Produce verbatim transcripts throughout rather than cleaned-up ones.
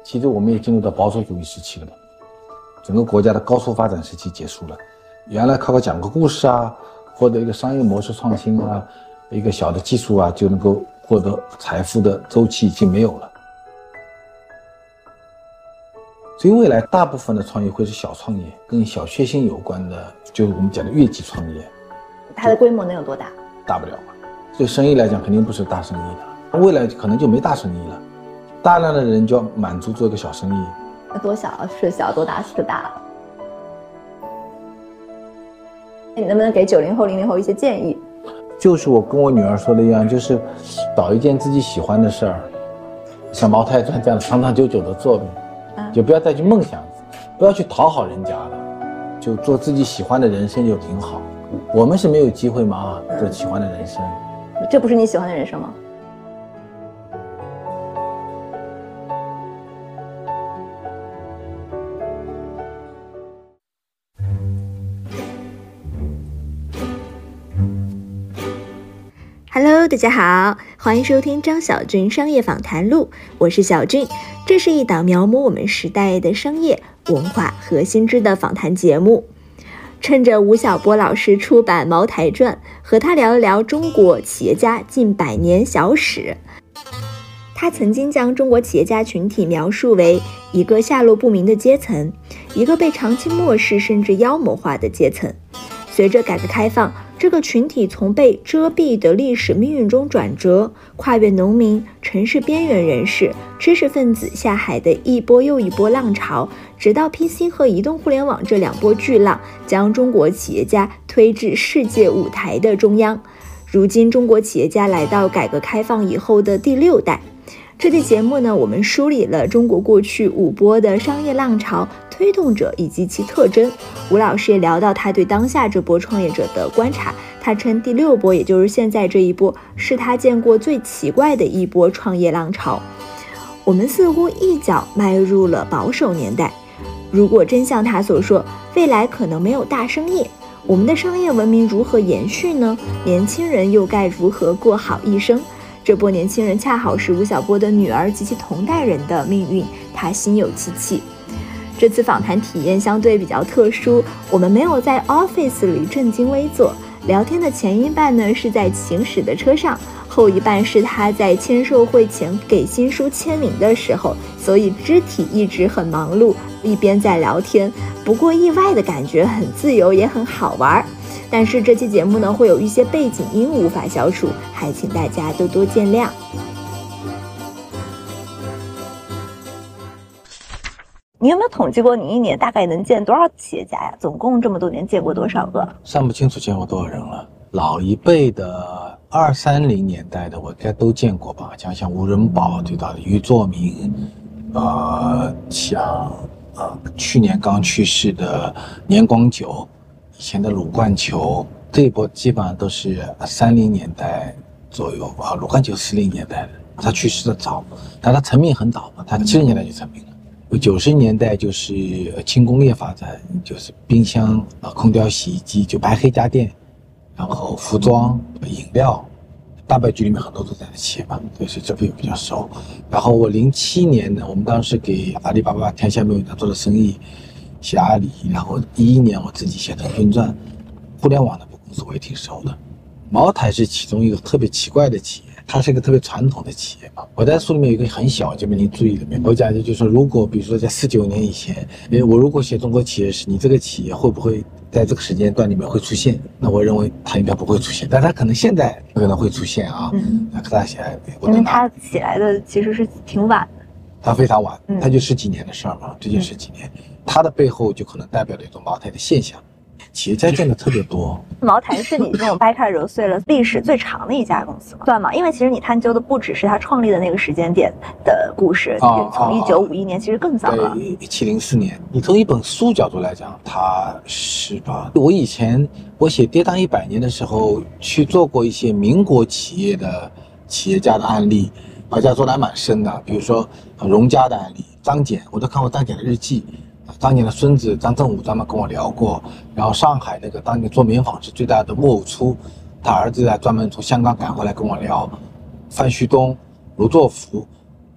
其实我们也进入到保守主义时期了嘛，整个国家的高速发展时期结束了。原来靠靠讲个故事啊，或者一个商业模式创新啊，一个小的技术啊，就能够获得财富的周期已经没有了。所以未来大部分的创业会是小创业，跟小确幸有关的，就是我们讲的越级创业。 它的规模能有多大？ 大不了嘛。对生意来讲，肯定不是大生意的，未来可能就没大生意了。大量的人就要满足做一个小生意。 那多小是小，多大是大？你能不能给九零后、零零后一些建议？ 就是我跟我女儿说的一样，就是找一件自己喜欢的事儿，像《茅台传》这样长长久久的做呗，啊、就不要再去梦想，不要去讨好人家了，就做自己喜欢的人生就挺好。我们是没有机会嘛，做喜欢的人生。 这不是你喜欢的人生吗？Hello， 大家好，欢迎收听张小俊商业访谈录，我是小俊。这是一档描摹我们时代的商业文化和新知的访谈节目。趁着吴晓波老师出版《茅台传》，和他聊一聊中国企业家近百年小史。他曾经将中国企业家群体描述为一个下落不明的阶层，一个被长期漠视甚至妖魔化的阶层。随着改革开放，这个群体从被遮蔽的历史命运中转折，跨越农民、城市边缘人士、知识分子下海的一波又一波浪潮，直到 P C 和移动互联网这两波巨浪，将中国企业家推至世界舞台的中央。如今，中国企业家来到改革开放以后的第六代。这期节目呢，我们梳理了中国过去五波的商业浪潮推动者以及其特征。吴老师也聊到他对当下这波创业者的观察，他称第六波，也就是现在这一波，是他见过最奇怪的一波创业浪潮。我们似乎一脚迈入了保守年代。如果真像他所说，未来可能没有大生意，我们的商业文明如何延续呢？年轻人又该如何过好一生？这波年轻人恰好是吴晓波的女儿及其同代人的命运，他心有戚戚。这次访谈体验相对比较特殊，我们没有在 office 里正襟危坐，聊天的前一半呢是在行驶的车上，后一半是他在签售会前给新书签名的时候，所以肢体一直很忙碌，一边在聊天。不过意外的感觉很自由，也很好玩。但是这期节目呢，会有一些背景音无法消除，还请大家多多见谅。你有没有统计过你一年大概能见多少企业家呀？总共这么多年见过多少个？ 算不清楚见过多少人了。老一辈的二三零年代的我应该都见过吧，像像吴仁宝最大的俞作明，呃，像呃去年刚去世的年光久，以前的鲁冠球，这一波基本上都是三零年代左右啊。鲁冠球四零年代的，他去世的早，但他成名很早嘛，他七十年代就成名了。九十年代就是轻工业发展，就是冰箱、空调、洗衣机，就白黑家电，然后服装、饮料，大白局里面很多都在的企业嘛，所以这边比较熟。然后我零七年呢，我们当时给阿里巴巴天下没有人做的生意，写阿里，然后一一年我自己写腾讯传，互联网的公司我也挺熟的。茅台是其中一个特别奇怪的企业。它是一个特别传统的企业嘛，我在书里面有一个很小，这边您注意了没有？我讲的就是说，如果比如说在四九年以前，诶，我如果写中国企业史，你这个企业会不会在这个时间段里面会出现？那我认为它应该不会出现，但它可能现在可能会出现啊。嗯，那它写来， 因为它起来的其实是挺晚的， 它非常晚，它就十几年的事儿嘛，这就十几年，它的背后就可能代表了一种茅台的现象。企业家见的特别多。 茅台是你这种掰开揉碎了历史最长的一家公司吗？算吗？因为其实你探究的不只是它创立的那个时间点的故事，哦、从一九五一年其实更早了。 对，一七零四年。你从一本书角度来讲，它是吧？我以前我写《跌宕一百年》的时候，去做过一些民国企业的企业家的案例，大家做的还蛮深的。比如说荣家的案例，张謇，我都看过张謇的日记。张謇的孙子张正武，咱们跟我聊过。然后上海那个当年做棉纺织最大的莫武初，他儿子还专门从香港赶回来跟我聊。范旭东、卢作孚，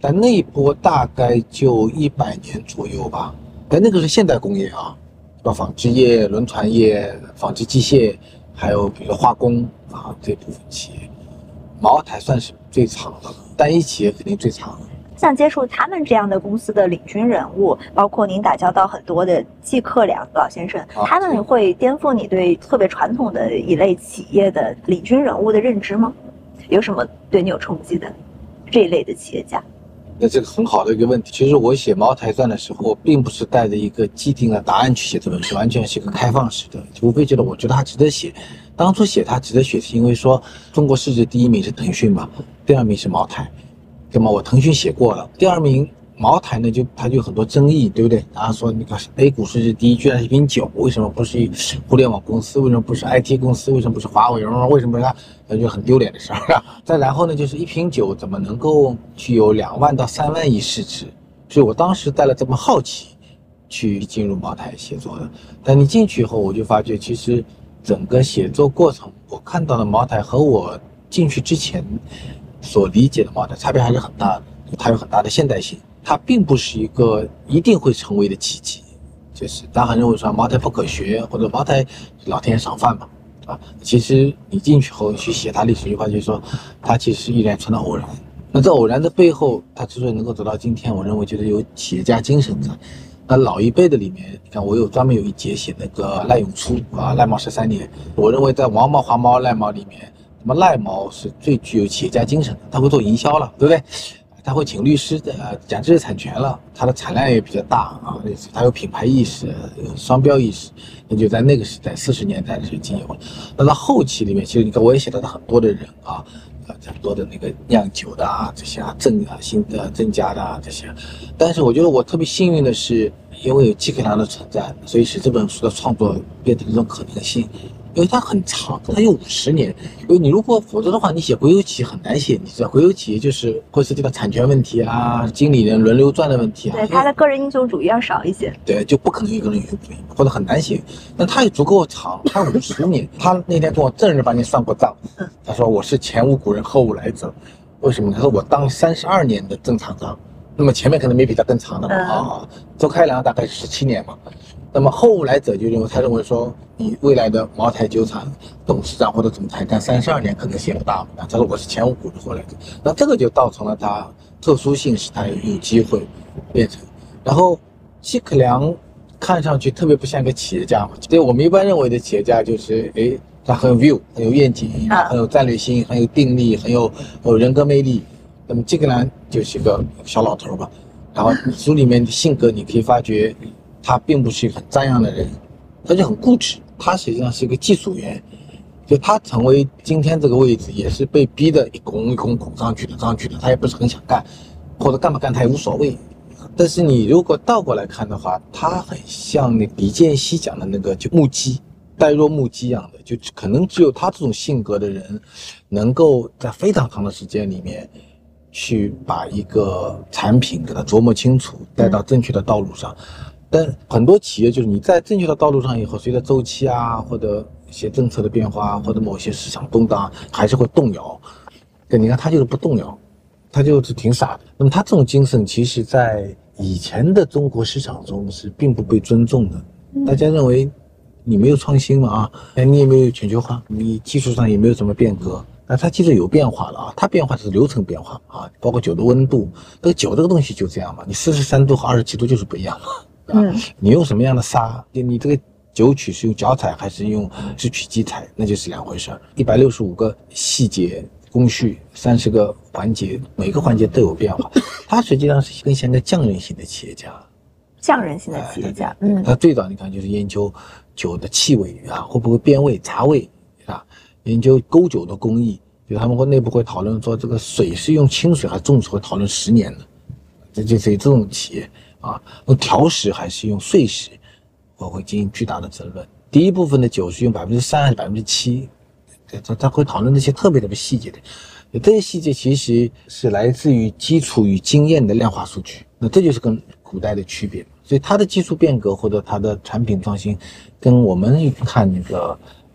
但那一波大概就一百年左右吧。但那个是现代工业啊，包括纺织业、轮船业、纺织机械，还有比如说化工啊这部分企业，茅台算是最长的，单一企业肯定最长的。 像接触他们这样的公司的领军人物，包括您打交道很多的季克良老先生， 啊、 他们会颠覆你对特别传统的一类企业的领军人物的认知吗？有什么对你有冲击的这一类的企业家？ 那这个很好的一个问题。其实我写《茅台传》的时候，并不是带着一个既定的答案去写这本书，完全是一个开放式的。无非觉得我觉得它值得写。当初写它值得写，是因为说中国市值第一名是腾讯嘛，第二名是茅台。那么我腾讯写过了，第二名茅台呢，就它就有很多争议，对不对？大家说那个 A 股市值第一居然是一瓶酒，为什么不是互联网公司？为什么不是 I T 公司？为什么不是华为？为什么它？那就很丢脸的事儿啊。再然后呢，就是一瓶酒怎么能够具有两万到三万亿市值？所以我当时带了这么好奇去进入茅台写作的。但你进去以后，我就发觉其实整个写作过程，我看到的茅台和我进去之前所理解的茅台差别还是很大的，它有很大的现代性，它并不是一个一定会成为的奇迹，就是大家很认为说茅台不可学，或者茅台老天爷赏饭嘛，啊，其实你进去后去写它历史，就发现说它其实一连串的偶然。那这偶然的背后，它之所以能够走到今天，我认为就是有企业家精神在。那老一辈的里面，你看我有专门有一节写那个赖永初啊，赖茅十三年，我认为在王茅、黄茅、赖茅里面。那么赖茅是最具有企业家精神的，他会做营销了，对不对？他会请律师的，讲知识产权了，他的产量也比较大啊，他有品牌意识，有商标意识，那就在那个时代四十年代的时候已经有了。那到后期里面，其实你看我也写到了很多的人啊，很多的那个酿酒的啊，这些啊郑啊新的郑家的啊这些，但是我觉得我特别幸运的是，因为有季克良的存在，所以使这本书的创作变成一种可能性。因为它很长，它有五十年。因为你如果否则的话，你写国有企业很难写。你知道，国有企业就是会涉及到产权问题啊、经理人轮流转的问题啊。 对，他的个人英雄主义要少一些。 对，就不可能有一个人英雄主义，或者很难写。但他也足够长，他五十年。他那天跟我正儿八经算过账，他说我是前无古人后无来者。为什么？他说我当三十二年的正厂长，那么前面可能没比他更长的嘛。啊，周开良大概是十七年嘛。那么后无来者就认为，他认为说，你未来的茅台酒厂董事长或者总裁干三十二年可能性不大嘛？他说我是前无古人后来者，那这个就造成了他特殊性，使他有机会变成。然后季克良看上去特别不像一个企业家嘛，对我们一般认为的企业家就是，哎，他很有 view， 很有愿景，很有战略性，很有定力，很有很有人格魅力。那么季克良就是一个小老头吧。然后书里面的性格你可以发觉。他并不是一个很张扬的人，他就很固执。他实际上是一个技术员，就他成为今天这个位置也是被逼的一拱一拱拱上去的，上去的。他也不是很想干，或者干不干他也无所谓。但是你如果倒过来看的话，他很像那李健熙讲的那个就木鸡，呆若木鸡一样的，就可能只有他这种性格的人，能够在非常长的时间里面。去把一个产品给它琢磨清楚，带到正确的道路上。但很多企业就是你在正确的道路上以后，随着周期啊，或者一些政策的变化，或者某些市场动荡，还是会动摇。对，你看他就是不动摇，他就是挺傻的。那么他这种精神，其实在以前的中国市场中是并不被尊重的。大家认为你没有创新嘛啊，哎，你也没有全球化，你技术上也没有什么变革。那它其实有变化了啊，它变化是流程变化啊，包括酒的温度，这个酒这个东西就这样嘛，你四十三度和二十七度就是不一样嘛，啊，你用什么样的砂，你这个酒曲是用脚踩还是用制曲机踩，那就是两回事儿。一百六十五个细节工序，三十个环节，每个环节都有变化。它实际上是更像一个匠人型的企业家， 匠人型的企业家。 嗯，他最早你看就是研究酒的气味啊，会不会变味、杂味啊。研究勾酒的工艺，就他们会内部会讨论说这个水是用清水还是重水，会讨论十年的，这就是这种企业啊，用调石还是用碎石，我会进行巨大的争论。第一部分的酒是用百分之三还是百分之七，他他会讨论这些特别特别细节的，这些细节其实是来自于基础与经验的量化数据，那这就是跟古代的区别。所以它的技术变革或者它的产品创新，跟我们看那个。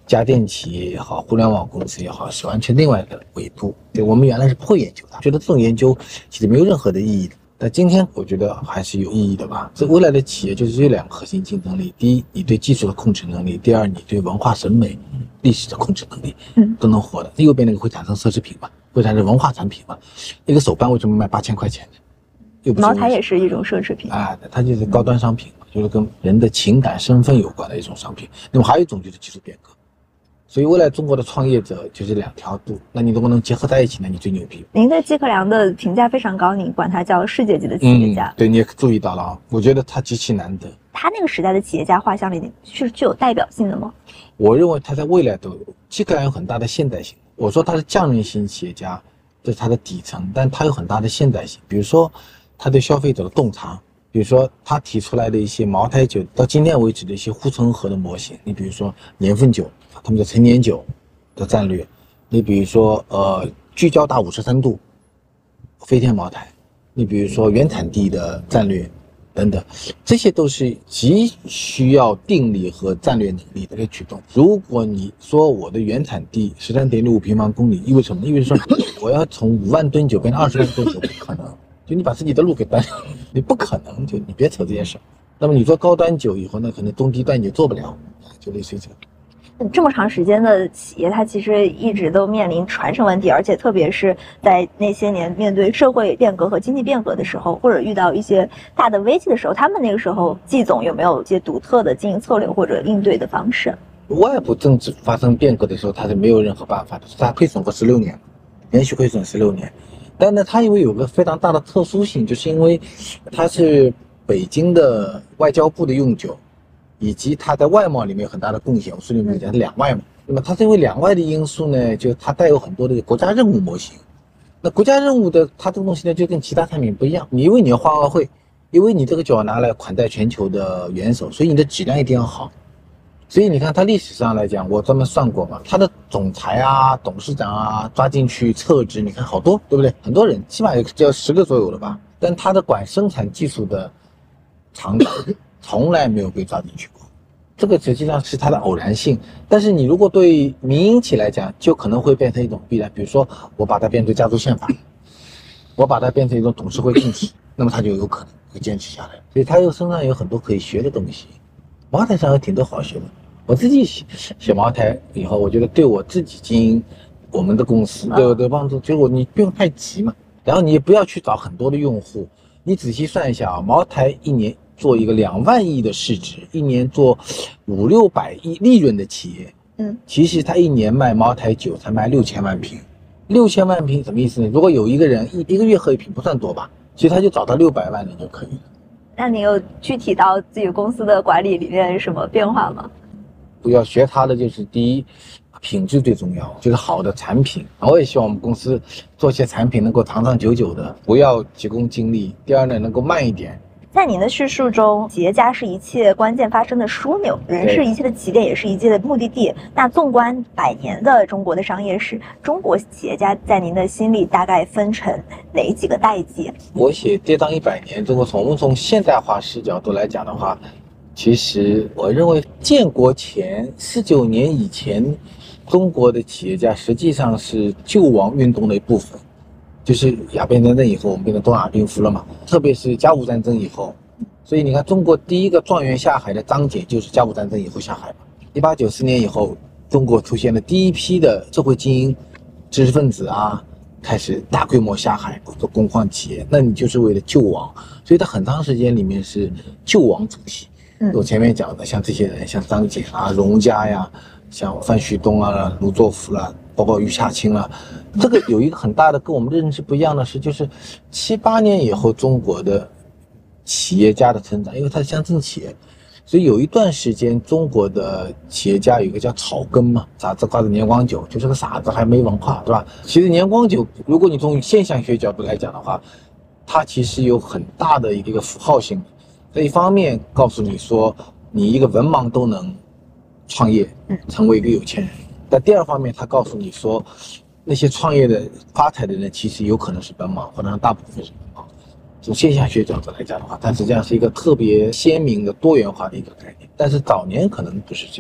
家电企业也好，互联网公司也好，是完全另外的维度。对，我们原来是不会研究它，觉得这种研究其实没有任何的意义的。但今天我觉得还是有意义的吧。这未来的企业就是这两个核心竞争力：第一，你对技术的控制能力；第二，你对文化审美、历史的控制能力，嗯，都能活的。右边那个会产生奢侈品嘛，会产生文化产品嘛？一个手办为什么卖八千块钱呢？又不是茅台也是一种奢侈品啊，它就是高端商品嘛，就是跟人的情感身份有关的一种商品。那么还有一种就是技术变革。所以未来中国的创业者就是两条路，那你如果能结合在一起，那你最牛逼。 您对季克良的评价非常高，你管他叫世界级的企业家。 嗯、对，你也注意到了啊，我觉得他极其难得。 他那个时代的企业家画像里是具有代表性的吗？ 我认为他在未来都季克良有很大的现代性。我说他是匠人型企业家，这是他的底层，但他有很大的现代性。比如说他对消费者的洞察，比如说他提出来的一些茅台酒到今天为止的一些护城河的模型，你比如说年份酒，他们的陈年酒的战略，你比如说呃聚焦大五十三度飞天茅台，你比如说原产地的战略等等，这些都是极需要定力和战略能力的一个驱动。如果你说我的原产地 十三点六五平方公里意味着什么？意味着说我要从五万吨酒变成二十万吨酒，不可能。就你把自己的路给断了，你不可能，就你别扯这件事。那么你做高端酒以后呢，可能中低端你就做不了，就类似于这样。 这么长时间的企业，它其实一直都面临传承问题，而且特别是在那些年面对社会变革和经济变革的时候，或者遇到一些大的危机的时候，他们那个时候季总有没有一些独特的经营策略或者应对的方式？ 外部政治发生变革的时候，他是没有任何办法的，他亏损过十六年，连续亏损十六年。但呢，它因为有个非常大的特殊性，就是因为它是北京的外交部的用酒，以及它在外贸里面有很大的贡献。我说你们讲是两外嘛，那么它是因为两外的因素呢，就它带有很多的国家任务模型。那国家任务的它这个东西呢，就跟其他产品不一样。你因为你要花外汇，因为你这个酒要拿来款待全球的元首，所以你的质量一定要好。所以你看，它历史上来讲，我专门算过嘛，它的总裁啊、董事长啊抓进去撤职，你看好多，对不对？很多人起码有只要十个左右了吧。但他的管生产技术的厂长从来没有被抓进去过，这个实际上是它的偶然性。但是你如果对民营企业来讲，就可能会变成一种必然。比如说，我把它变成家族宪法，我把它变成一种董事会定制，那么它就有可能会坚持下来。所以它又身上有很多可以学的东西。茅台上有挺多好学的，我自己写写茅台以后，我觉得对我自己经营我们的公司对我的帮助，结果你不用太急嘛，然后你也不要去找很多的用户，你仔细算一下啊，茅台一年做一个两万亿的市值，一年做五六百亿利润的企业，嗯，其实他一年卖茅台酒才卖六千万瓶，六千万瓶什么意思呢？如果有一个人一一个月喝一瓶不算多吧，其实他就找到六百万人就可以了。 那你有具体到自己公司的管理里面什么变化吗？ 不要学他的，就是第一，品质最重要，就是好的产品。我也希望我们公司做些产品能够长长久久的，不要急功近利。第二呢，能够慢一点。 在您的叙述中，企业家是一切关键发生的枢纽，人是一切的起点，也是一切的目的地。那纵观百年的中国的商业史，中国企业家在您的心里大概分成哪几个代际？ 我写跌宕一百年，如果从我们从现代化视角度来讲的话，其实我认为建国前四九年以前，中国的企业家实际上是救亡运动的一部分。就是鸦片战争以后，我们变成东亚病夫了嘛，特别是甲午战争以后，所以你看中国第一个状元下海的章节就是甲午战争以后下海嘛。一八九四年以后，中国出现了第一批的社会精英、知识分子啊，开始大规模下海做工矿企业，那你就是为了救亡，所以它很长时间里面是救亡主题。嗯，我前面讲的像这些人，像张謇啊、荣家呀，像范旭东啊、卢作孚啦，包括余夏清啦，这个有一个很大的跟我们认知不一样的是，就是七八年以后中国的企业家的成长，因为它是乡镇企业，所以有一段时间中国的企业家有一个叫草根嘛，傻子挂着年光酒，就是个傻子还没文化，对吧？其实年光酒，如果你从现象学角度来讲的话，它其实有很大的一个符号性。这一方面告诉你说，你一个文盲都能创业，成为一个有钱人。但第二方面，他告诉你说，那些创业的发财的人其实有可能是文盲，或者大部分是文盲。从现象学角度来讲的话，它实际上是一个特别鲜明的多元化的一个概念。但是早年可能不是这样，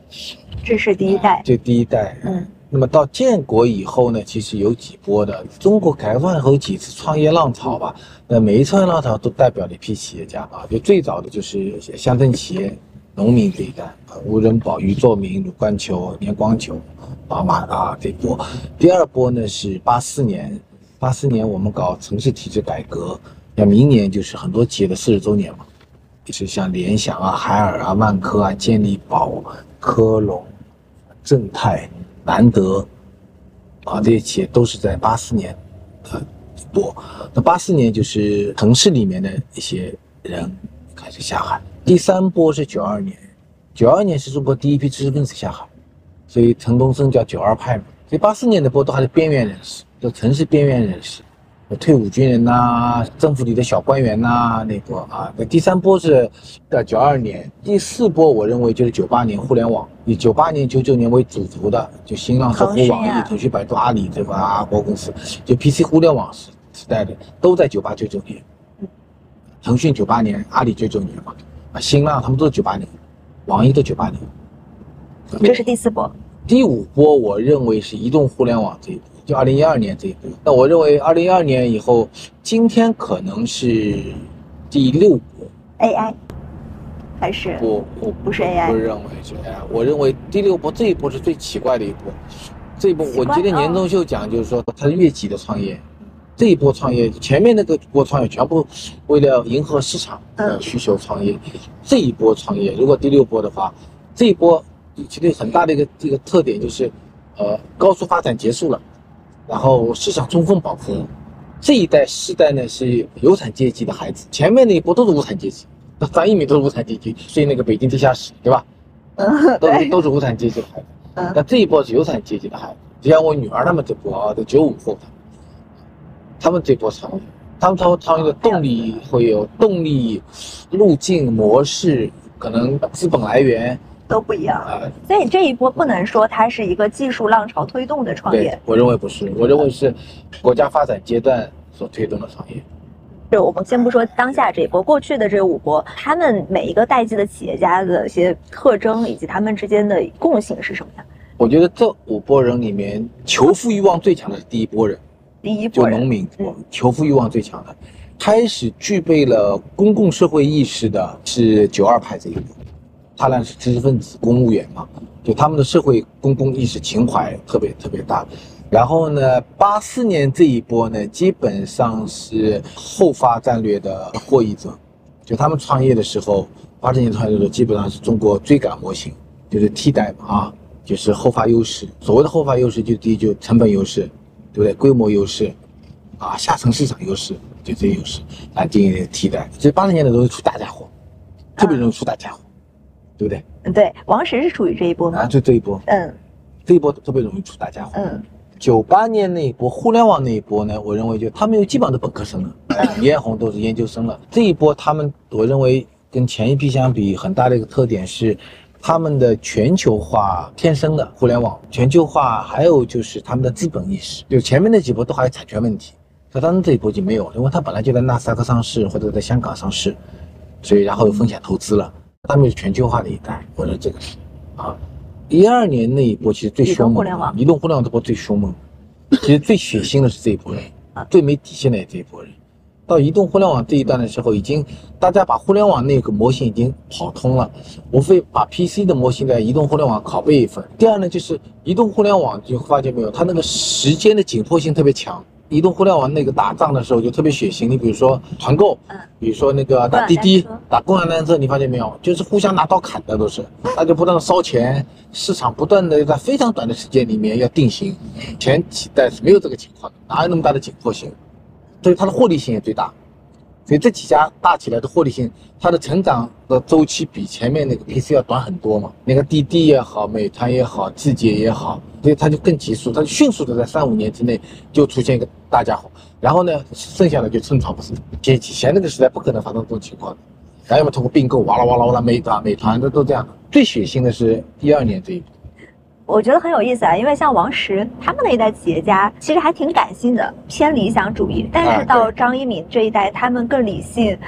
这是第一代， 这第一代。 嗯， 那么到建国以后呢，其实有几波的。中国开放以后几次创业浪潮吧，那每一次创业浪潮都代表了一批企业家吧。就最早的就是乡镇企业、农民这一代，吴仁宝、俞作明、鲁冠球、年光久、宝马啊这一波。第二波呢是八四年，八四年我们搞城市体制改革，那明年就是很多企业的四十周年嘛，就是像联想啊、海尔啊、万科啊、健力宝、科龙、正泰、南德啊，这些企业都是在八四年的一波。那八四年就是城市里面的一些人开始下海。第三波是九二年，九二年是中国第一批知识分子下海，所以陈东升叫九二派嘛。所以八四年的波都还是边缘人士，就城市边缘人士，退伍军人呐、啊，政府里的小官员呐、啊，那波啊。那第三波是到九二年，第四波我认为就是九八年互联网，以九八年、九九年为主轴的，就新浪、搜狐、网易、腾讯、百度、阿里这个啊，国公司，就 P C 互联网时时代的都在九八九九年。腾讯九八年，阿里九九年嘛，啊，新浪他们都是九八年，网易都九八年。 这是第四波。 第五波我认为是移动互联网这一波。就二零一二年这一波，那我认为二零一二年以后，今天可能是第六波 A I， 还是不我不是 A I？ 不认为是 A I， 我认为第六波这一波是最奇怪的一波。这一波我记得年终秀讲就是说它是越级的创业，这一波创业前面那个波创业全部为了迎合市场的需求创业，这一波创业如果第六波的话，这一波其实很大的一个这个特点就是，呃，高速发展结束了。然后市场中锋保护，这一代世代呢是有产阶级的孩子，前面那一波都是无产阶级，那张一鸣都是无产阶级，所以那个北京地下室对吧？嗯，都是都是无产阶级的孩子。嗯，但这一波是有产阶级的孩子，就像我女儿他们这波啊，都九五后的，他们这波创业，他们创创业的动力会有动力、路径、模式，可能资本来源。 都不一样，所以这一波不能说它是一个技术浪潮推动的创业。 对，我认为不是，我认为是国家发展阶段所推动的创业。 就我们先不说当下这一波，过去的这五波，他们每一个代际的企业家的一些特征以及他们之间的共性是什么呀？ 我觉得这五波人里面，求富欲望最强的是第一波人， 第一波人就农民，嗯、求富欲望最强的，开始具备了公共社会意识的是九二派这一波。他俩是知识分子、公务员嘛，就他们的社会公共意识情怀特别特别大。然后呢，八四年这一波呢，基本上是后发战略的获益者，就他们创业的时候，八四年创业的时候，基本上是中国追赶模型，就是替代嘛啊，就是后发优势。所谓的后发优势，就第一就成本优势，对不对？规模优势，啊，下沉市场优势，就这些优势来进行替代。其实八十年代都是出大家伙，特别容易出大家伙。对不对？ 嗯，对，王石是属于这一波吗？ 啊，就这一波， 嗯， 这一波特别容易出大家伙。 嗯， 九八年那一波互联网那一波呢，我认为就他们有基本上都本科生了，李彦宏都是研究生了。这一波他们，我认为跟前一批相比，很大的一个特点是，他们的全球化天生的互联网全球化，还有就是他们的资本意识。就前面那几波都还有产权问题，可他们这一波就没有，因为他本来就在纳斯达克上市或者在香港上市，所以然后有风险投资了。他们是全球化的一代，我觉得这个是啊，一二年那一波其实最凶猛，移动互联网这波最凶猛，其实最血腥的是这一波人啊，最没底线的这一波人。到移动互联网这一段的时候，已经大家把互联网那个模型已经跑通了，无非把 P C 的模型在移动互联网拷贝一份。第二呢，就是移动互联网就发现没有，它那个时间的紧迫性特别强。移动互联网那个打仗的时候就特别血腥，你比如说团购，嗯，比如说那个打滴滴、打共享单车，你发现没有，就是互相拿刀砍的都是，大家不断的烧钱，市场不断的在非常短的时间里面要定型，前几代是没有这个情况的，哪有那么大的紧迫性，所以它的获利性也最大，所以这几家大起来的获利性，它的成长的周期比前面那个 P C 要短很多嘛，那个滴滴也好，美团也好，字节也好，所以它就更急速，它就迅速的在三五年之内就出现一个大家伙，然后呢，剩下的就寸草不生。以前那个时代不可能发生这种情况的，然后要么通过并购，哇啦哇啦哇啦，美团、美团的都这样。最血腥的是一二年这一步。 我觉得很有意思啊，因为像王石他们那一代企业家其实还挺感性的，偏理想主义，但是到张一鸣这一代，他们更理性， 对，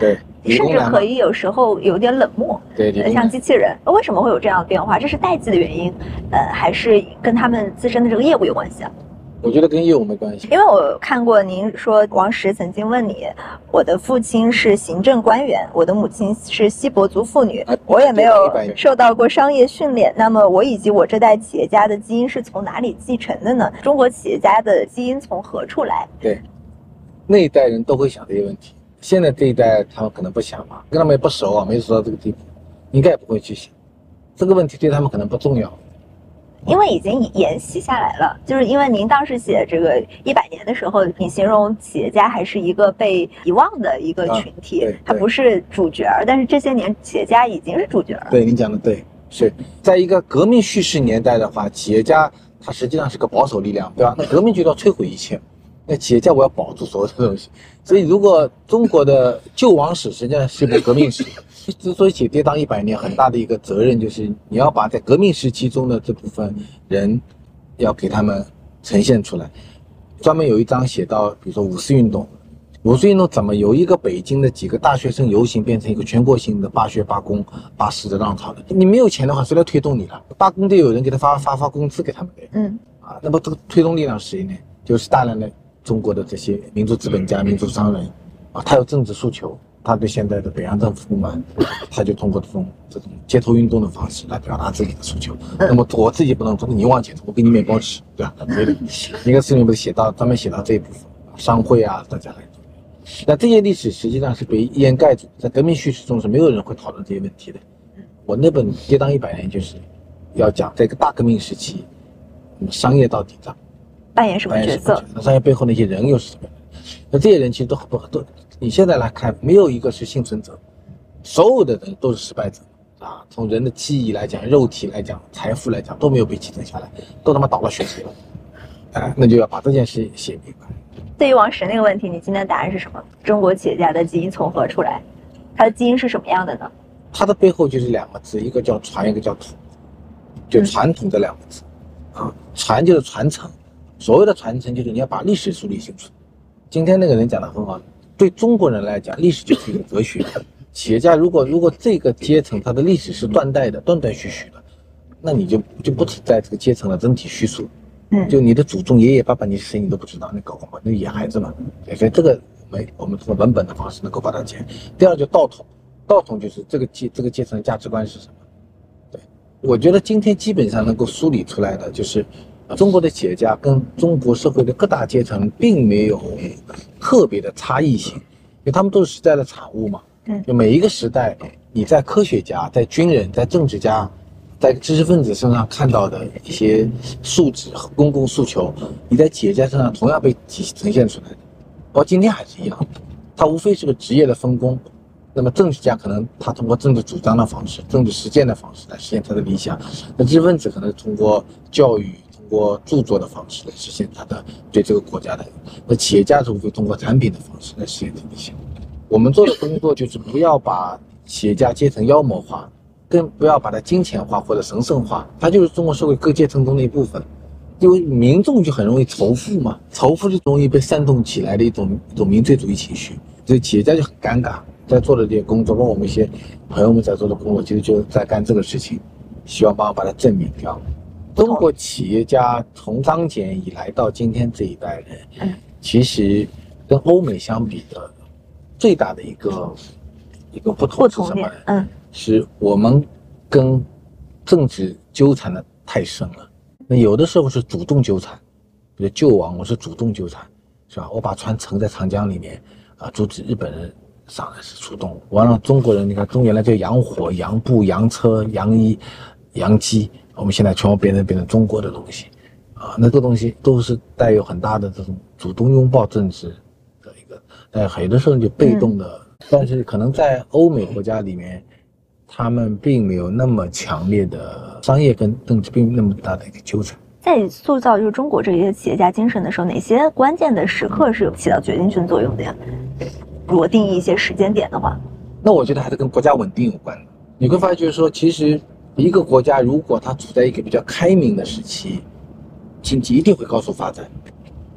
甚至可以有时候有点冷漠， 对对， 像机器人。为什么会有这样的变化？这是代际的原因，呃，还是跟他们自身的这个业务有关系啊？ 我觉得跟业务没关系， 因为我看过您说王石曾经问你，我的父亲是行政官员，我的母亲是锡伯族妇女，我也没有受到过商业训练，那么我以及我这代企业家的基因是从哪里继承的呢？中国企业家的基因从何处来？ 对，那一代人都会想这些问题，现在这一代他们可能不想嘛，跟他们也不熟啊，没熟到这个地步，应该也不会去想这个问题，对他们可能不重要。 因为已经沿袭下来了，就是因为您当时写这个一百年的时候，你形容企业家还是一个被遗忘的一个群体， 啊、 他不是主角，但是这些年企业家已经是主角了。 对，您讲的对，是在一个革命叙事年代的话，企业家他实际上是个保守力量，对吧？那革命就要摧毁一切，那企业家我要保住所有的东西。所以，如果中国的救亡史实际上是一部革命史。之所以写跌宕一百年，很大的一个责任就是你要把在革命时期中的这部分人，要给他们呈现出来。专门有一章写到，比如说五四运动，五四运动怎么由一个北京的几个大学生游行变成一个全国性的罢学、罢工、罢市的浪潮的？你没有钱的话，谁来推动你了？罢工得有人给他发发发工资给他们的。 嗯， 啊，那么这个推动力量是谁呢？就是大量的中国的这些民族资本家、民族商人，啊，他有政治诉求。他对现在的北洋政府不满，他就通过这种这种街头运动的方式来表达自己的诉求。那么我自己不能做，你往前走，我给你面包吃，对吧？所以一个书里面写到，专门写到这一部分，商会啊，大家来做。那这些历史实际上是被掩盖住，在革命叙事中是没有人会讨论这些问题的。我那本《跌宕一百年》就是要讲这个大革命时期，商业到底在扮演什么角色？ 那商业背后那些人又是什么人？那这些人其实都不都。你现在来看，没有一个是幸存者，所有的人都是失败者啊！从人的记忆来讲，肉体来讲，财富来讲，都没有被继承下来，都他妈倒了血水了，啊，那就要把这件事写明白。 对于王石那个问题，你今天的答案是什么？中国企业家的基因从何处来？他的基因是什么样的呢？ 他的背后就是两个字，一个叫传，一个叫统，就传统这两个字，嗯、啊，传就是传承，所谓的传承就是你要把历史树立清楚。今天那个人讲得很好。对中国人来讲，历史就是一个哲学。企业家如果如果这个阶层他的历史是断代的、断断续续的，那你就就不存在这个阶层的整体叙述。嗯，就你的祖宗爷爷爸爸你是谁你都不知道，那搞光嘛，那野孩子嘛。所以这个没我们通过文本的方式能够把它讲。第二就道统，道统就是这个阶这个阶层的价值观是什么？对，我觉得今天基本上能够梳理出来的就是。中国的企业家跟中国社会的各大阶层并没有特别的差异性，因为他们都是时代的产物嘛。嗯，就每一个时代，你在科学家、在军人、在政治家、在知识分子身上看到的一些素质和公共诉求，你在企业家身上同样被呈现出来的。包括今天还是一样，它无非是个职业的分工。那么政治家可能他通过政治主张的方式、政治实践的方式来实现他的理想，那知识分子可能通过教育。通过著作的方式来实现他的对这个国家的，那企业家是无非通过产品的方式来实现这个理想。我们做的工作就是不要把企业家阶层妖魔化，更不要把它金钱化或者神圣化，它就是中国社会各阶层中的一部分。因为民众就很容易仇富嘛，仇富就容易被煽动起来的一种一种民粹主义情绪，所以企业家就很尴尬。在做的这些工作，包括我们一些朋友们在做的工作，其实就在干这个事情，希望帮我把它证明掉。中国企业家从张謇以来到今天这一代人，其实跟欧美相比的最大的一个一个不同是什么？嗯，是我们跟政治纠缠的太深了。那有的时候是主动纠缠，比如救亡，我是主动纠缠，是吧？我把船沉在长江里面，啊，阻止日本人上来是主动。完了，中国人，你看中原来叫洋火、洋布、洋车、洋衣、洋机。我们现在全部变成变成中国的东西，啊，那这东西都是带有很大的这种主动拥抱政治的一个，但有的时候就被动的，嗯、但是可能在欧美国家里面，他们并没有那么强烈的商业跟政治并那么大的一个纠缠。 在塑造就是中国这些企业家精神的时候，哪些关键的时刻是有起到决定性作用的呀？如果定义一些时间点的话， 那我觉得还是跟国家稳定有关的。你会发现就是说，其实。一个国家如果它处在一个比较开明的时期，经济一定会高速发展。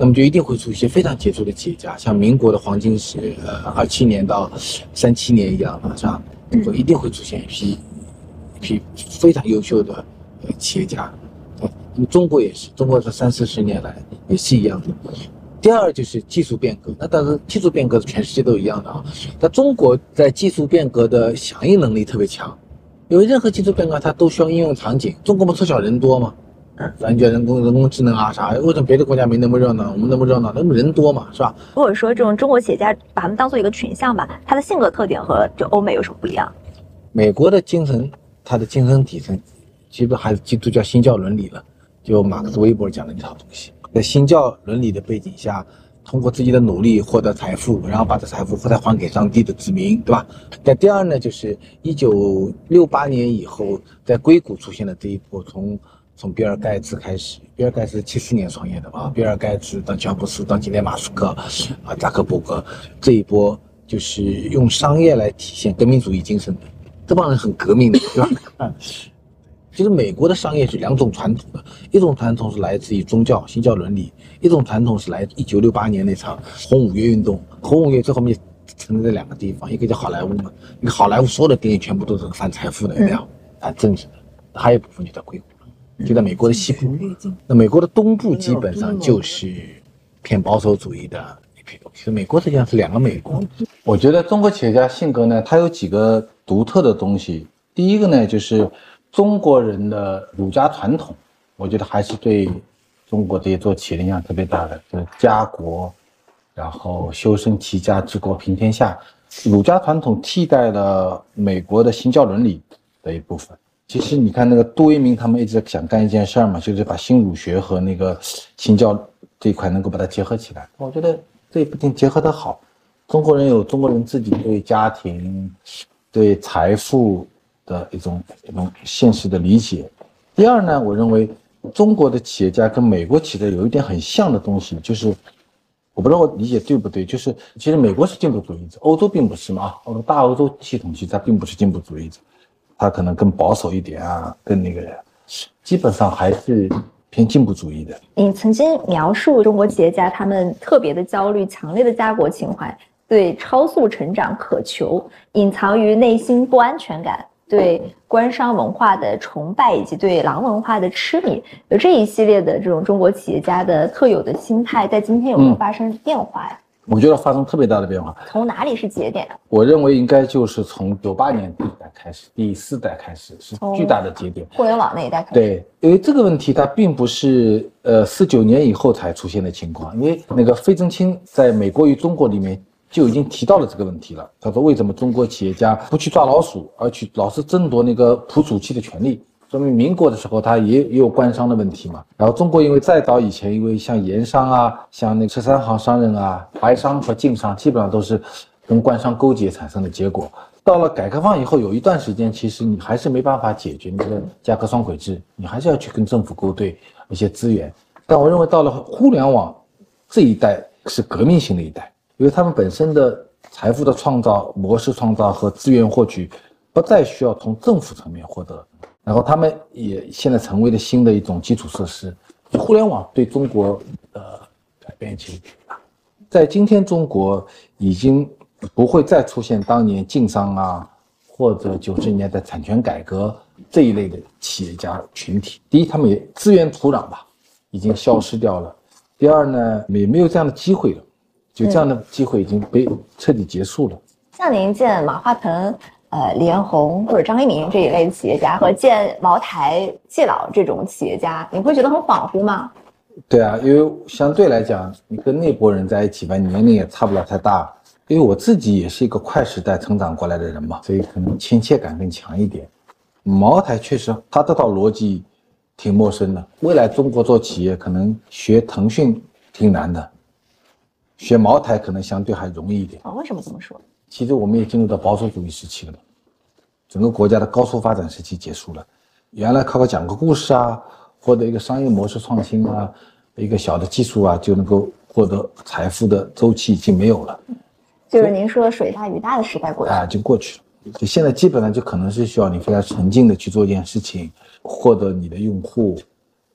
那么就一定会出一些非常杰出的企业家，像民国的黄金时，呃，二七年到三七年一样的，是吧？就一定会出现一批一批非常优秀的呃企业家。那么中国也是，中国这三四十年来也是一样的。第二就是技术变革，那当然技术变革全世界都一样的啊。那中国在技术变革的响应能力特别强，因为任何技术变革它都需要应用场景。中国不凑巧人多嘛，咱觉得人工人工智能啊啥，为什么别的国家没那么热闹，我们那么热闹？那么人多嘛，是吧？ 或者说这种中国企业家把他们当做一个群像吧，他的性格特点和就欧美有什么不一样？ 美国的精神，它的精神底层基本还是基督教新教伦理了，就马克思韦伯讲的那套东西。在新教伦理的背景下，通过自己的努力获得财富，然后把这财富再还给上帝的子民，对吧？但第二呢，就是一九六八年以后，在硅谷出现了这一波，从从比尔盖茨开始，比尔盖茨七四年创业的吧，比尔盖茨到乔布斯到今天马斯克啊扎克伯格，这一波就是用商业来体现革命主义精神的，这帮人很革命的，对吧？其实美国的商业是两种传统的，一种传统是来自于宗教新教伦理，一种传统是来自一九六八年那场红五月运动。红五月最后面成了两个地方，一个叫好莱坞嘛，一个好莱坞所有的电影全部都是反财富的，有没有？反政治的，还有一部分就在硅谷，就在美国的西部。那美国的东部基本上就是偏保守主义的一批东西。美国实际上是两个美国。 我觉得中国企业家性格呢，它有几个独特的东西。第一个呢，就是中国人的儒家传统，我觉得还是对中国这些做企业的影响特别大的，就是家国，然后修身齐家治国平天下。儒家传统替代了美国的新教伦理的一部分。其实你看那个杜维明他们一直想干一件事儿嘛，就是把新儒学和那个新教这一块能够把它结合起来。我觉得这也不仅结合得好，中国人有中国人自己对家庭、对财富的一种一种现实的理解。第二呢，我认为中国的企业家跟美国企业家有一点很像的东西，就是我不知道我理解对不对，就是其实美国是进步主义者，欧洲并不是嘛，欧洲大欧洲系统其实它并不是进步主义者，它可能更保守一点啊，更那个基本上还是偏进步主义的。 你曾经描述中国企业家他们特别的焦虑，强烈的家国情怀，对超速成长渴求，隐藏于内心不安全感，对官商文化的崇拜，以及对狼文化的痴迷，有这一系列的这种中国企业家的特有的心态，在今天有没有发生变化呀？ 我觉得发生特别大的变化。 从哪里是节点啊？ 我认为应该就是从九八年第一代开始，第四代开始是巨大的节点。 互联网那一代开始。 对，因为这个问题它并不是呃四九年以后才出现的情况，因为那个费正清在美国与中国里面就已经提到了这个问题了。他说为什么中国企业家不去抓老鼠，而去老是争夺那个捕鼠器的权利？说明民国的时候他也也有官商的问题嘛。然后中国因为再早以前，因为像盐商啊，像那个十三行商人啊，淮商和晋商基本上都是跟官商勾结产生的结果。到了改革开放以后，有一段时间其实你还是没办法解决那个价格双轨制，你还是要去跟政府勾兑一些资源。但我认为到了互联网这一代是革命性的一代，因为他们本身的财富的创造、模式创造和资源获取不再需要从政府层面获得，然后他们也现在成为了新的一种基础设施。互联网对中国的改变其实挺大，在今天中国已经不会再出现当年晋商啊或者九十年代产权改革这一类的企业家群体。第一，他们也资源土壤吧已经消失掉了；第二呢，也没有这样的机会了，就这样的机会已经被彻底结束了。 像您见马化腾、呃李彦宏或者张一鸣这一类的企业家，和见茅台、谢老这种企业家，你会觉得很恍惚吗？ 对啊，因为相对来讲，你跟那波人在一起吧，年龄也差不了太大。因为我自己也是一个快时代成长过来的人嘛，所以可能亲切感更强一点。茅台确实，他这套逻辑挺陌生的。未来中国做企业，可能学腾讯挺难的，学茅台可能相对还容易一点。 啊、哦，为什么这么说？ 其实我们也进入到保守主义时期了嘛，整个国家的高速发展时期结束了。原来靠靠讲个故事啊，或者一个商业模式创新啊，一个小的技术啊，就能够获得财富的周期已经没有了。 就是您说水大鱼大的时代过去了啊，就过去了。就现在基本上就可能是需要你非常沉浸的去做一件事情，获得你的用户，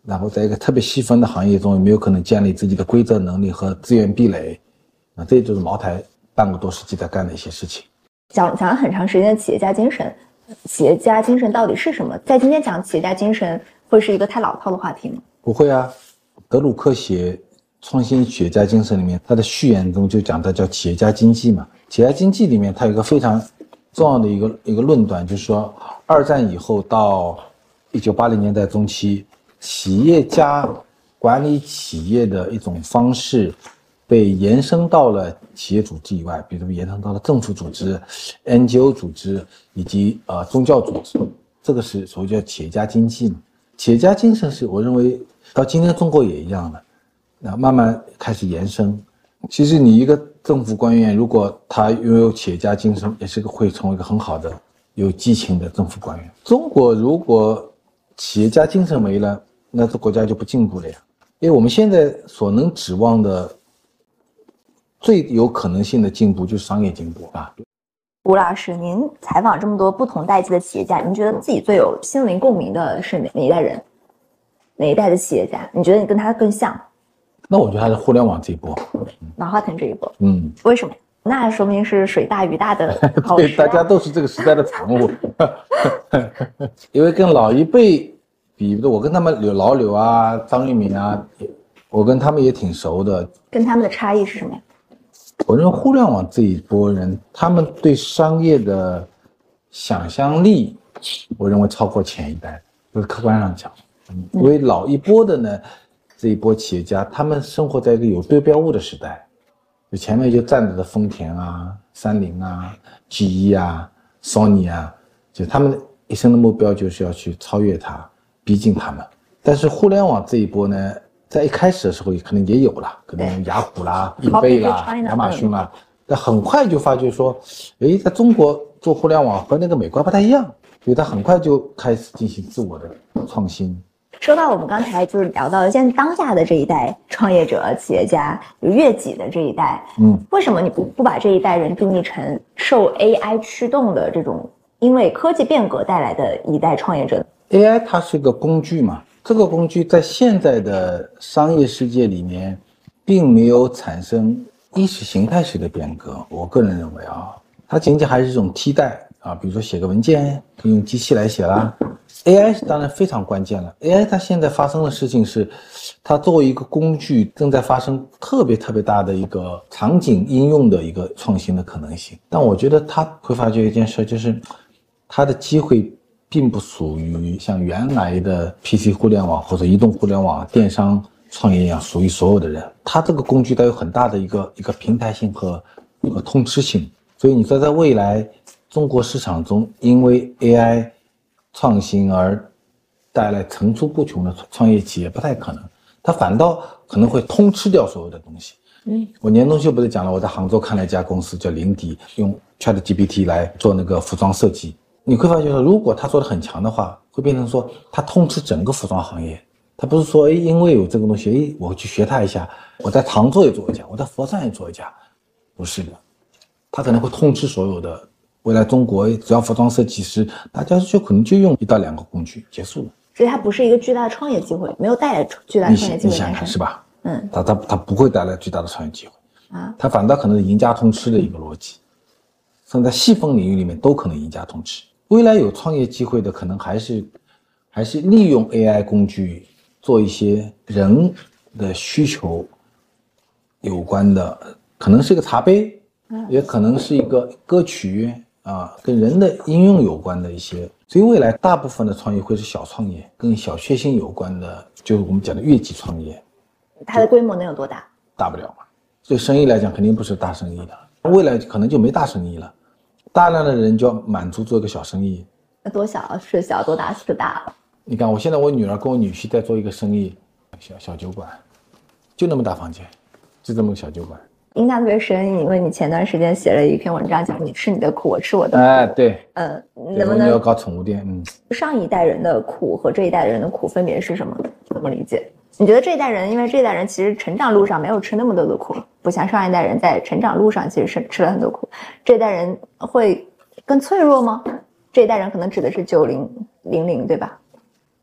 然后在一个特别细分的行业中有没有可能建立自己的规则能力和资源壁垒，啊，这就是茅台半个多世纪在干的一些事情。 讲讲了很长时间的企业家精神，企业家精神到底是什么？在今天讲企业家精神会是一个太老套的话题吗？ 不会啊，德鲁克写创新企业家精神里面，他的序言中就讲的叫企业家经济嘛。企业家经济里面，它有一个非常重要的一个一个论断，就是说，二战以后到一九八零年代中期，企业家管理企业的一种方式被延伸到了企业组织以外，比如延伸到了政府组织、N G O 组织以及呃宗教组织，这个是所谓叫企业家经济嘛。企业家精神是我认为到今天中国也一样的，那慢慢开始延伸。其实你一个政府官员，如果他拥有企业家精神，也是个会成为一个很好的有激情的政府官员。中国如果企业家精神没了，那这国家就不进步了呀。因为我们现在所能指望的最有可能性的进步就是商业进步啊。 吴老师，您采访这么多不同代际的企业家，您觉得自己最有心灵共鸣的是哪哪一代人？哪一代的企业家？你觉得你跟他更像？ 那我觉得还是互联网这一波， 马化腾这一波。 嗯， 为什么？那说明是水大鱼大的好对， 时代。 大家都是这个时代的产物。因为跟老一辈比，我跟他们有老柳啊、张玉敏啊，我跟他们也挺熟的。 跟他们的差异是什么呀？ 我认为互联网这一波人，他们对商业的想象力，我认为超过前一代，就是客观上讲。嗯，因为老一波的呢，这一波企业家，他们生活在一个有对标物的时代，就前面就站着的丰田啊、三菱啊、G E 啊、Sony 啊，就他们一生的目标就是要去超越它，逼近他们。但是互联网这一波呢，在一开始的时候可能也有了，可能雅虎啦、易贝啦、亚马逊啦，但很快就发觉说，诶，在中国做互联网和那个美国不太一样，所以他很快就开始进行自我的创新。 说到我们刚才就是聊到现在当下的这一代创业者、企业家，有越己的这一代， 嗯， 为什么你不不把这一代人定义成受 A I 驱动的这种因为科技变革带来的一代创业者 ？A I 它是个工具嘛，这个工具在现在的商业世界里面，并没有产生意识形态式的变革。我个人认为啊，它仅仅还是一种替代啊，比如说写个文件可以用机器来写啦。A I 当然非常关键了。A I 它现在发生的事情是，它作为一个工具，正在发生特别特别大的一个场景应用的一个创新的可能性。但我觉得它会发觉一件事，就是它的机会并不属于像原来的 P C 互联网或者移动互联网、电商创业一样属于所有的人。它这个工具它有很大的一个一个平台性和和通吃性。所以你说在未来中国市场中，因为 A I创新而带来层出不穷的创业企业不太可能，它反倒可能会通吃掉所有的东西。嗯，我年终秀不是讲了，我在杭州看了一家公司叫林迪，用 ChatGPT 来做那个服装设计。你会发现说，如果他做得很强的话，会变成说他通吃整个服装行业。他不是说，哎，因为有这个东西，哎，我去学他一下，我在常州也做一家，我在佛山也做一家，不是的，他可能会通吃所有的。未来中国只要服装设计师，大家就可能就用一到两个工具结束了。 所以它不是一个巨大的创业机会，没有带来巨大的创业机会。 你想想是吧？ 嗯， 它它它不会带来巨大的创业机会啊，它反倒可能是赢家通吃的一个逻辑，甚至在细分领域里面都可能赢家通吃。未来有创业机会的，可能还是还是利用 A I 工具做一些人的需求有关的，可能是一个茶杯，也可能是一个歌曲啊，跟人的应用有关的一些。所以未来大部分的创业会是小创业，跟小确幸有关的，就是我们讲的越级创业。 它的规模能有多大？ 大不了嘛。对生意来讲，肯定不是大生意的。未来可能就没大生意了，大量的人就要满足做一个小生意。 那多小是小，多大是大了。 你看，我现在我女儿跟我女婿在做一个生意，小小酒馆，就那么大房间，就这么个小酒馆。 印象特别深，因为你前段时间写了一篇文章，讲你吃你的苦，我吃我的苦。 哎，对， 嗯，能不能要搞宠物店？嗯， 上一代人的苦和这一代人的苦分别是什么？怎么理解？你觉得这一代人，因为这一代人其实成长路上没有吃那么多的苦，不像上一代人在成长路上其实是吃了很多苦。这一代人会更脆弱吗？这一代人可能指的是九零零零，对吧？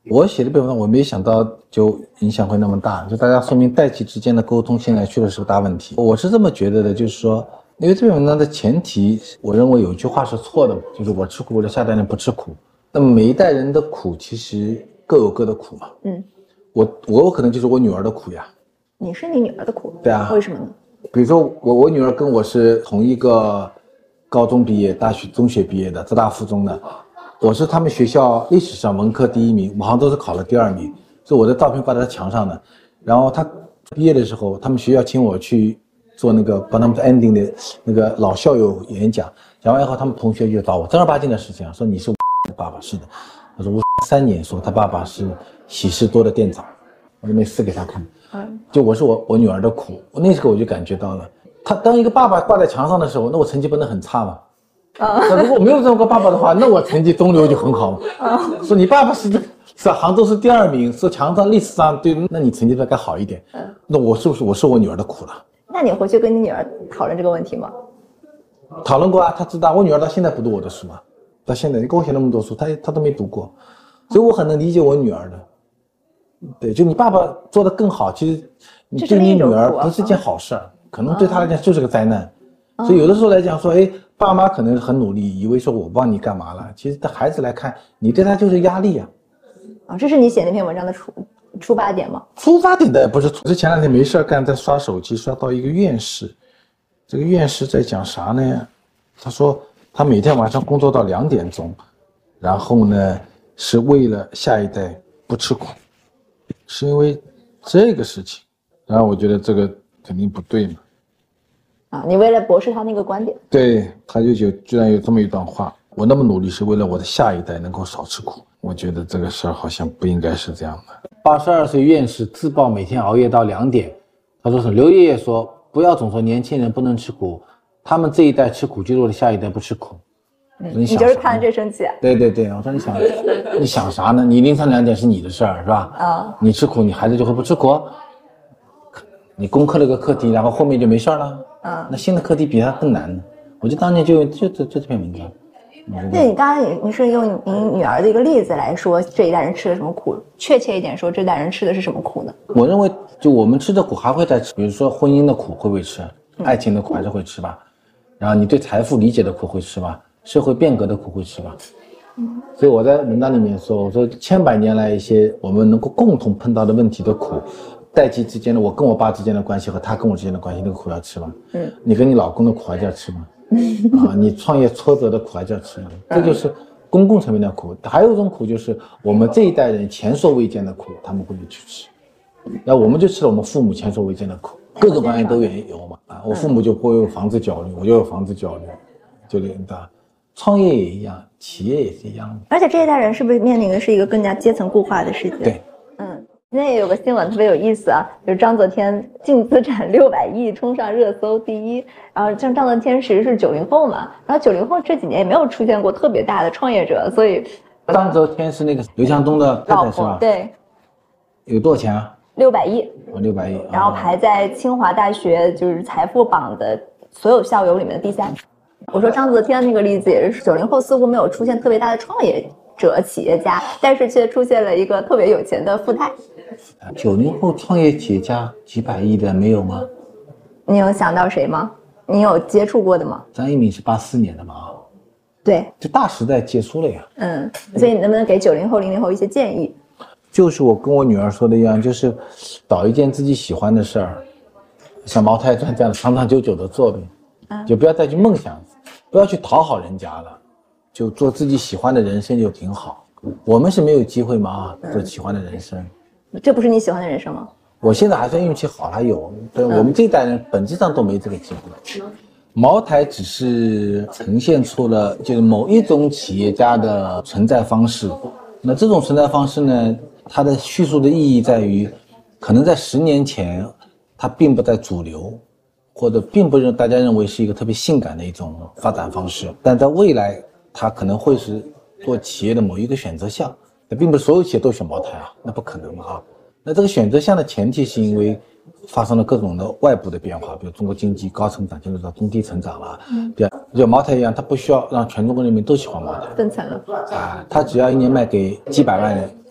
我写的这篇文章，我没想到就影响会那么大，就大家说明代际之间的沟通现在确实是个大问题。我是这么觉得的，就是说，因为这篇文章的前提，我认为有一句话是错的，就是我吃苦，我的下一代人不吃苦。那么每一代人的苦其实各有各的苦嘛。嗯，我我可能就是我女儿的苦呀。 你是你女儿的苦？ 对啊。 为什么呢？ 比如说我我女儿跟我是同一个高中毕业、大学、中学毕业的，浙大附中的。我是他们学校历史上文科第一名，我好像都是考了第二名，所以我的照片挂在墙上的。然后他毕业的时候，他们学校请我去做那个帮他们 ending 的那个老校友演讲，讲完以后，他们同学就找我正儿八经的事情啊，说你是我爸爸，是的。他说我三年，说他爸爸是喜事多的店长，我就没撕给他看。就我是我我女儿的苦，我那时候我就感觉到了，他当一个爸爸挂在墙上的时候，那我成绩不能很差吗？那如果没有这么个爸爸的话，那我成绩中流就很好嘛。说你爸爸是是杭州是第二名，是墙上历史上对，那你成绩该好一点。那我是不是我是我女儿的苦了？ 那你回去跟你女儿讨论这个问题吗？ 讨论过啊，她知道我女儿到现在不读我的书啊，到现在你给我写那么多书，她她都没读过，所以我很能理解我女儿的。对，就你爸爸做得更好，其实你对你女儿不是件好事儿，可能对她来讲就是个灾难。所以有的时候来讲说，哎，爸妈可能很努力，以为说我帮你干嘛了，其实对孩子来看，你对他就是压力啊。 啊，这是你写那篇文章的出出发点吗？ 出发点的不是，是前两天没事干，在刷手机，刷到一个院士，这个院士在讲啥呢？他说他每天晚上工作到两点钟，然后呢是为了下一代不吃苦，是因为这个事情。然后我觉得这个肯定不对嘛。 啊，你为了驳斥他那个观点， 对，他就有居然有这么一段话，我那么努力是为了我的下一代能够少吃苦，我觉得这个事儿好像不应该是这样的。八十二岁院士自曝每天熬夜到两点，他说是刘爷爷说不要总说年轻人不能吃苦，他们这一代吃苦就是为了下一代不吃苦。 嗯、你, 你就是看着这生气、啊？ 对对对，我说你想你想啥呢？你凌晨两点是你的事儿是吧？啊，你吃苦，你孩子就会不吃苦？你攻克了个课题，然后后面就没事了。嗯，那新的课题比它更难呢。我就当年就就就这篇文章。 那你刚才你你是用你女儿的一个例子来说这一代人吃了什么苦，确切一点说这代人吃的是什么苦呢？ 我认为就我们吃的苦还会再吃，比如说婚姻的苦会不会吃，爱情的苦还是会吃吧，然后你对财富理解的苦会吃吧，社会变革的苦会吃吧。嗯，所以我在文章里面说，我说千百年来一些我们能够共同碰到的问题的苦，代际之间的，我跟我爸之间的关系和他跟我之间的关系，那个苦要吃吗？嗯，你跟你老公的苦还是要吃吗？啊，你创业挫折的苦还是要吃吗？这就是公共层面的苦。还有一种苦就是我们这一代人前所未见的苦，他们会去吃。然后我们就吃了我们父母前所未见的苦，各种各样都有嘛。啊，我父母就不会有房子焦虑，我就有房子焦虑，就这样。创业也一样，企业也是一样的。 而且这一代人是不是面临的是一个更加阶层固化的世界？ 对， 嗯。那也有个新闻特别有意思啊，就是章泽天净资产六百亿冲上热搜第一，然后像章泽天其实是九零后嘛，然后九零后这几年也没有出现过特别大的创业者，所以章泽天是那个刘强东的太太是吧？ 对， 有多少钱啊？ 六百亿， 哦，六百亿， 然后排在清华大学就是财富榜的所有校友里面的第三。我说章泽天那个例子也是九零后似乎没有出现特别大的创业者企业家，但是却出现了一个特别有钱的富太。 九零后创业企业家几百亿的没有吗？ 你有想到谁吗？你有接触过的吗？ 张一鸣是八四年的嘛？ 对， 就大时代结束了呀。 嗯，所以你能不能给九零后、零零后一些建议？ 就是我跟我女儿说的一样，就是找一件自己喜欢的事儿，像《茅台传》这样的长长久久的做呗，嗯，就不要再去梦想，不要去讨好人家了，就做自己喜欢的人生就挺好。我们是没有机会嘛，做喜欢的人生。 这不是你喜欢的人生吗？ 我现在还算运气好，还有，对，我们这一代人本质上都没这个机会。茅台只是呈现出了就是某一种企业家的存在方式，那这种存在方式呢，它的叙述的意义在于，可能在十年前，它并不在主流，或者并不认大家认为是一个特别性感的一种发展方式，但在未来，它可能会是做企业的某一个选择项。那并不是所有企业都选茅台啊，那不可能嘛啊！那这个选择项的前提是因为发生了各种的外部的变化，比如中国经济高成长进入到中低成长了，嗯，对，就茅台一样，它不需要让全中国人民都喜欢茅台， 分层了啊，它只要一年卖给几百万人，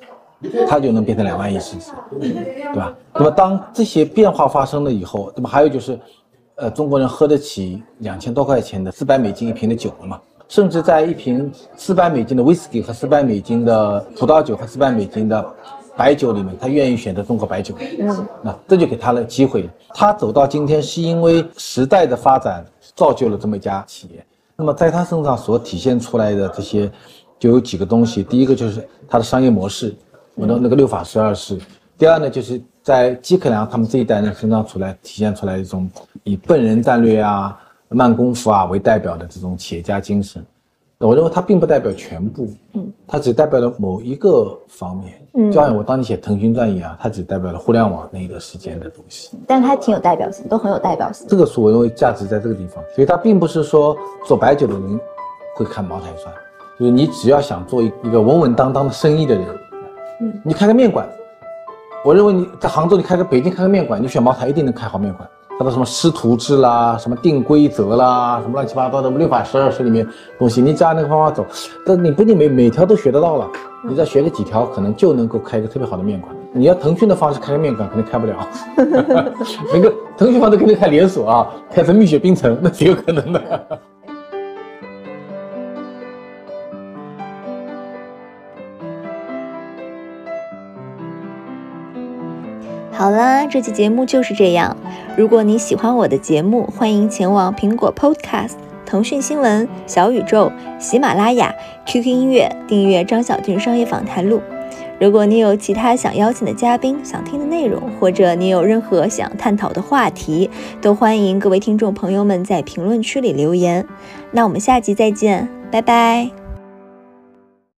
它就能变成两万亿市值，对吧？那么当这些变化发生了以后，那么还有就是，呃，中国人喝得起两千多块钱的四百美金一瓶的酒了嘛？甚至在一瓶四百美金的威士忌和四百美金的葡萄酒和四百美金的白酒里面，他愿意选择中国白酒，嗯，那这就给他了机会了。他走到今天是因为时代的发展造就了这么一家企业。那么在他身上所体现出来的这些，就有几个东西。第一个就是他的商业模式，我的那个六法十二式。第二呢，就是在姬克良他们这一代人身上出来体现出来一种以笨人战略啊、慢功夫啊为代表的这种企业家精神。我认为它并不代表全部，嗯，它只代表了某一个方面，嗯，就像我当年写腾讯传一样，它只代表了互联网那个时间的东西， 但它挺有代表性，都很有代表性。 这个是我认为价值在这个地方，所以它并不是说做白酒的人会看茅台酸，就是你只要想做一个稳稳当当的生意的人，嗯，你开个面馆，我认为你在杭州你开个北京开个面馆，你选茅台一定能开好面馆。它的什么师徒制啦，什么定规则啦，什么乱七八糟的六法十二式里面东西，你只要那个方法走，但你不一定每每条都学得到了，你再学个几条，可能就能够开一个特别好的面馆。你要腾讯的方式开个面馆，肯定开不了。那个腾讯方式肯定开连锁啊，开成蜜雪冰城，那是有可能的。 好啦，这期节目就是这样。如果你喜欢我的节目，欢迎前往苹果 Podcast、腾讯新闻、小宇宙、喜马拉雅、Q Q 音乐订阅张小俊商业访谈录。如果你有其他想邀请的嘉宾、想听的内容，或者你有任何想探讨的话题，都欢迎各位听众朋友们在评论区里留言。那我们下集再见，拜拜。